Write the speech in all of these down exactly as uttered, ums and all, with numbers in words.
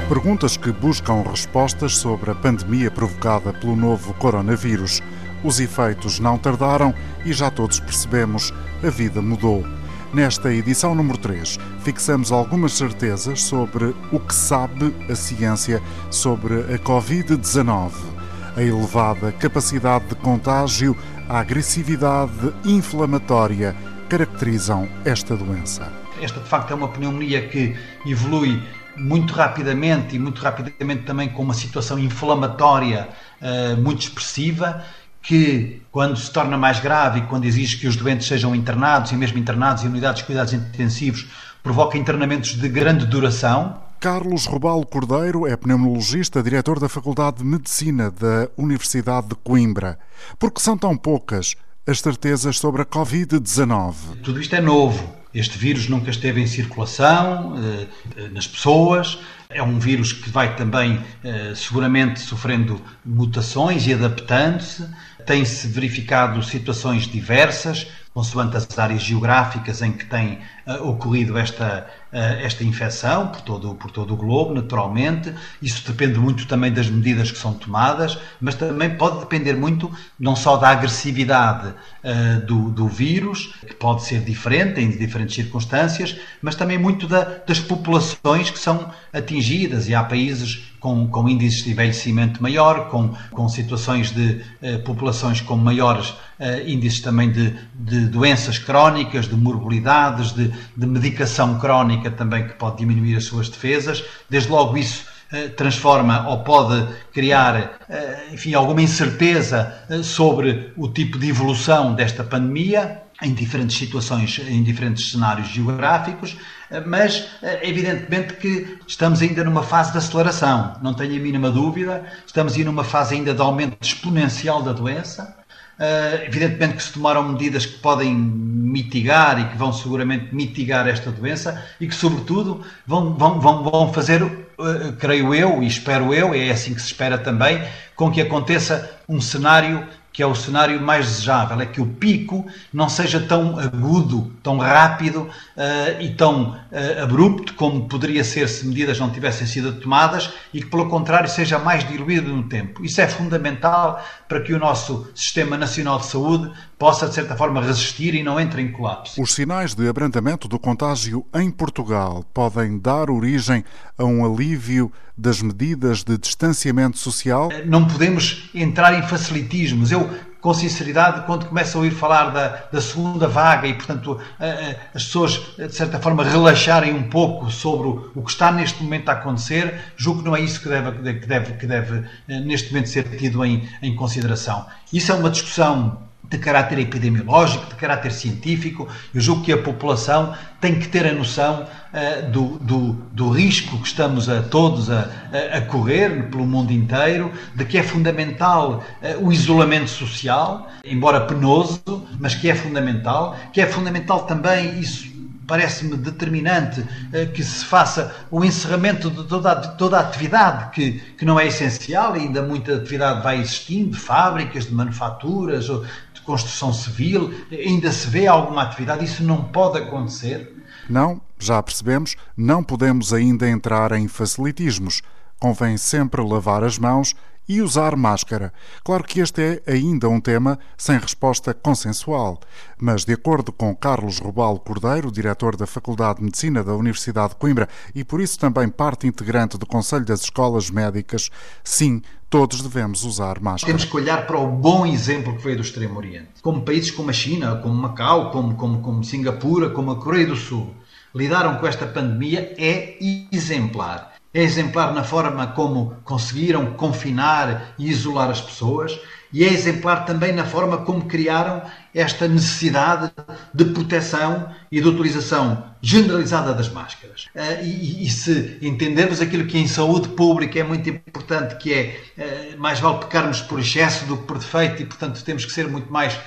Perguntas que buscam respostas sobre a pandemia provocada pelo novo coronavírus. Os efeitos não tardaram e já todos percebemos, a vida mudou. Nesta edição número três, fixamos algumas certezas sobre o que sabe a ciência sobre a covid dezanove. A elevada capacidade de contágio, a agressividade inflamatória caracterizam esta doença. Esta, de facto, é uma pneumonia que evolui muito rapidamente e muito rapidamente também com uma situação inflamatória uh, muito expressiva, que quando se torna mais grave e quando exige que os doentes sejam internados e mesmo internados em unidades de cuidados intensivos, provoca internamentos de grande duração. Carlos Robalo Cordeiro é pneumologista, diretor da Faculdade de Medicina da Universidade de Coimbra. Por que são tão poucas as certezas sobre a covid dezanove? Tudo isto é novo. Este vírus nunca esteve em circulação eh, nas pessoas. É um vírus que vai também eh, seguramente sofrendo mutações e adaptando-se. Tem-se verificado situações diversas, consoante as áreas geográficas em que tem uh, ocorrido esta, uh, esta infecção, por todo, por todo o globo, naturalmente. Isso depende muito também das medidas que são tomadas, mas também pode depender muito não só da agressividade uh, do, do vírus, que pode ser diferente em diferentes circunstâncias, mas também muito da, das populações que são atingidas. E há países com, com índices de envelhecimento maior, com, com situações de uh, populações com maiores uh, índices também de, de doenças crónicas, de morbilidades, de, de medicação crónica também que pode diminuir as suas defesas. Desde logo isso uh, transforma ou pode criar uh, enfim, alguma incerteza uh, sobre o tipo de evolução desta pandemia em diferentes situações, em diferentes cenários geográficos, mas evidentemente que estamos ainda numa fase de aceleração, não tenho a mínima dúvida, estamos aí numa fase ainda de aumento exponencial da doença. Evidentemente que se tomaram medidas que podem mitigar e que vão seguramente mitigar esta doença e que sobretudo vão, vão, vão, vão fazer, creio eu e espero eu, é assim que se espera também, com que aconteça um cenário que é o cenário mais desejável, é que o pico não seja tão agudo, tão rápido uh, e tão uh, abrupto como poderia ser se medidas não tivessem sido tomadas e que, pelo contrário, seja mais diluído no tempo. Isso é fundamental para que o nosso Sistema Nacional de Saúde possa, de certa forma, resistir e não entre em colapso. Os sinais de abrandamento do contágio em Portugal podem dar origem a um alívio das medidas de distanciamento social? Não podemos entrar em facilitismos. Eu, com sinceridade, quando começo a ouvir falar da, da segunda vaga e, portanto, as pessoas, de certa forma, relaxarem um pouco sobre o que está neste momento a acontecer, julgo que não é isso que deve, que deve, que deve neste momento, ser tido em, em consideração. Isso é uma discussão de caráter epidemiológico, de caráter científico. Eu julgo que a população tem que ter a noção uh, do, do, do risco que estamos a todos a, a correr pelo mundo inteiro, de que é fundamental uh, o isolamento social, embora penoso, mas que é fundamental, que é fundamental também, isso parece-me determinante, que se faça o encerramento de toda a, toda a atividade que, que não é essencial, ainda muita atividade vai existindo, de fábricas, de manufaturas, de construção civil, ainda se vê alguma atividade, isso não pode acontecer. Não, já percebemos, não podemos ainda entrar em facilitismos. Convém sempre lavar as mãos e usar máscara. Claro que este é ainda um tema sem resposta consensual, mas de acordo com Carlos Robalo Cordeiro, diretor da Faculdade de Medicina da Universidade de Coimbra e por isso também parte integrante do Conselho das Escolas Médicas, sim, todos devemos usar máscara. Temos que olhar para o bom exemplo que veio do Extremo Oriente. Como países como a China, como Macau, como, como, como Singapura, como a Coreia do Sul, lidaram com esta pandemia é exemplar. É exemplar na forma como conseguiram confinar e isolar as pessoas e é exemplar também na forma como criaram esta necessidade de proteção e de utilização generalizada das máscaras. E, e se entendermos aquilo que em saúde pública é muito importante, que é mais vale pecarmos por excesso do que por defeito e, portanto, temos que ser muito mais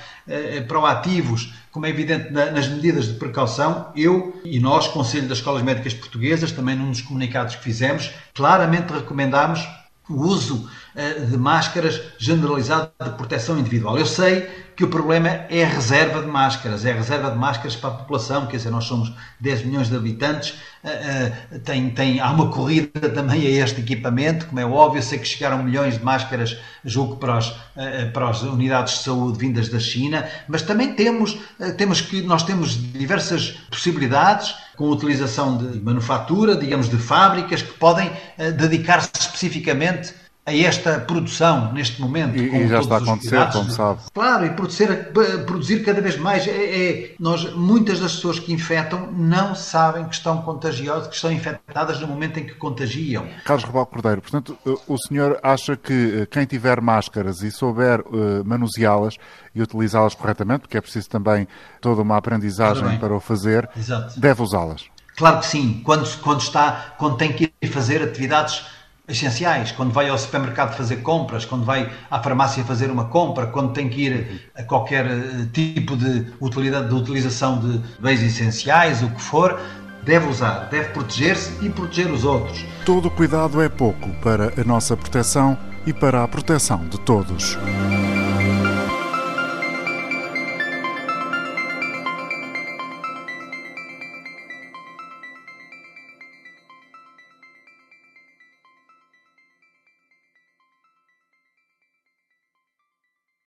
proativos, como é evidente nas medidas de precaução, eu e nós, Conselho das Escolas Médicas Portuguesas, também num dos comunicados que fizemos, claramente recomendamos o uso uh, de máscaras generalizado de proteção individual. Eu sei que o problema é a reserva de máscaras, é a reserva de máscaras para a população, quer dizer, nós somos dez milhões de habitantes, uh, uh, tem, tem, há uma corrida também a este equipamento, como é óbvio. Eu sei que chegaram milhões de máscaras, julgo, para, os, uh, para as unidades de saúde vindas da China, mas também temos, uh, temos que, nós temos diversas possibilidades com a utilização de manufatura, digamos, de fábricas que podem uh, dedicar-se especificamente a esta produção neste momento. E, e já está a acontecer, como sabe. Claro, e produzir, produzir cada vez mais. É, é, nós, muitas das pessoas que infectam não sabem que estão contagiosas, que estão infectadas no momento em que contagiam. Carlos Rebelo Cordeiro, portanto, o senhor acha que quem tiver máscaras e souber uh, manuseá-las e utilizá-las corretamente, porque é preciso também toda uma aprendizagem para o fazer, Exato. Deve usá-las? Claro que sim. Quando, quando, está, quando tem que ir fazer atividades essenciais, quando vai ao supermercado fazer compras, quando vai à farmácia fazer uma compra, quando tem que ir a qualquer tipo de, utilidade, de utilização de bens essenciais, o que for, deve usar, deve proteger-se e proteger os outros. Todo cuidado é pouco para a nossa proteção e para a proteção de todos.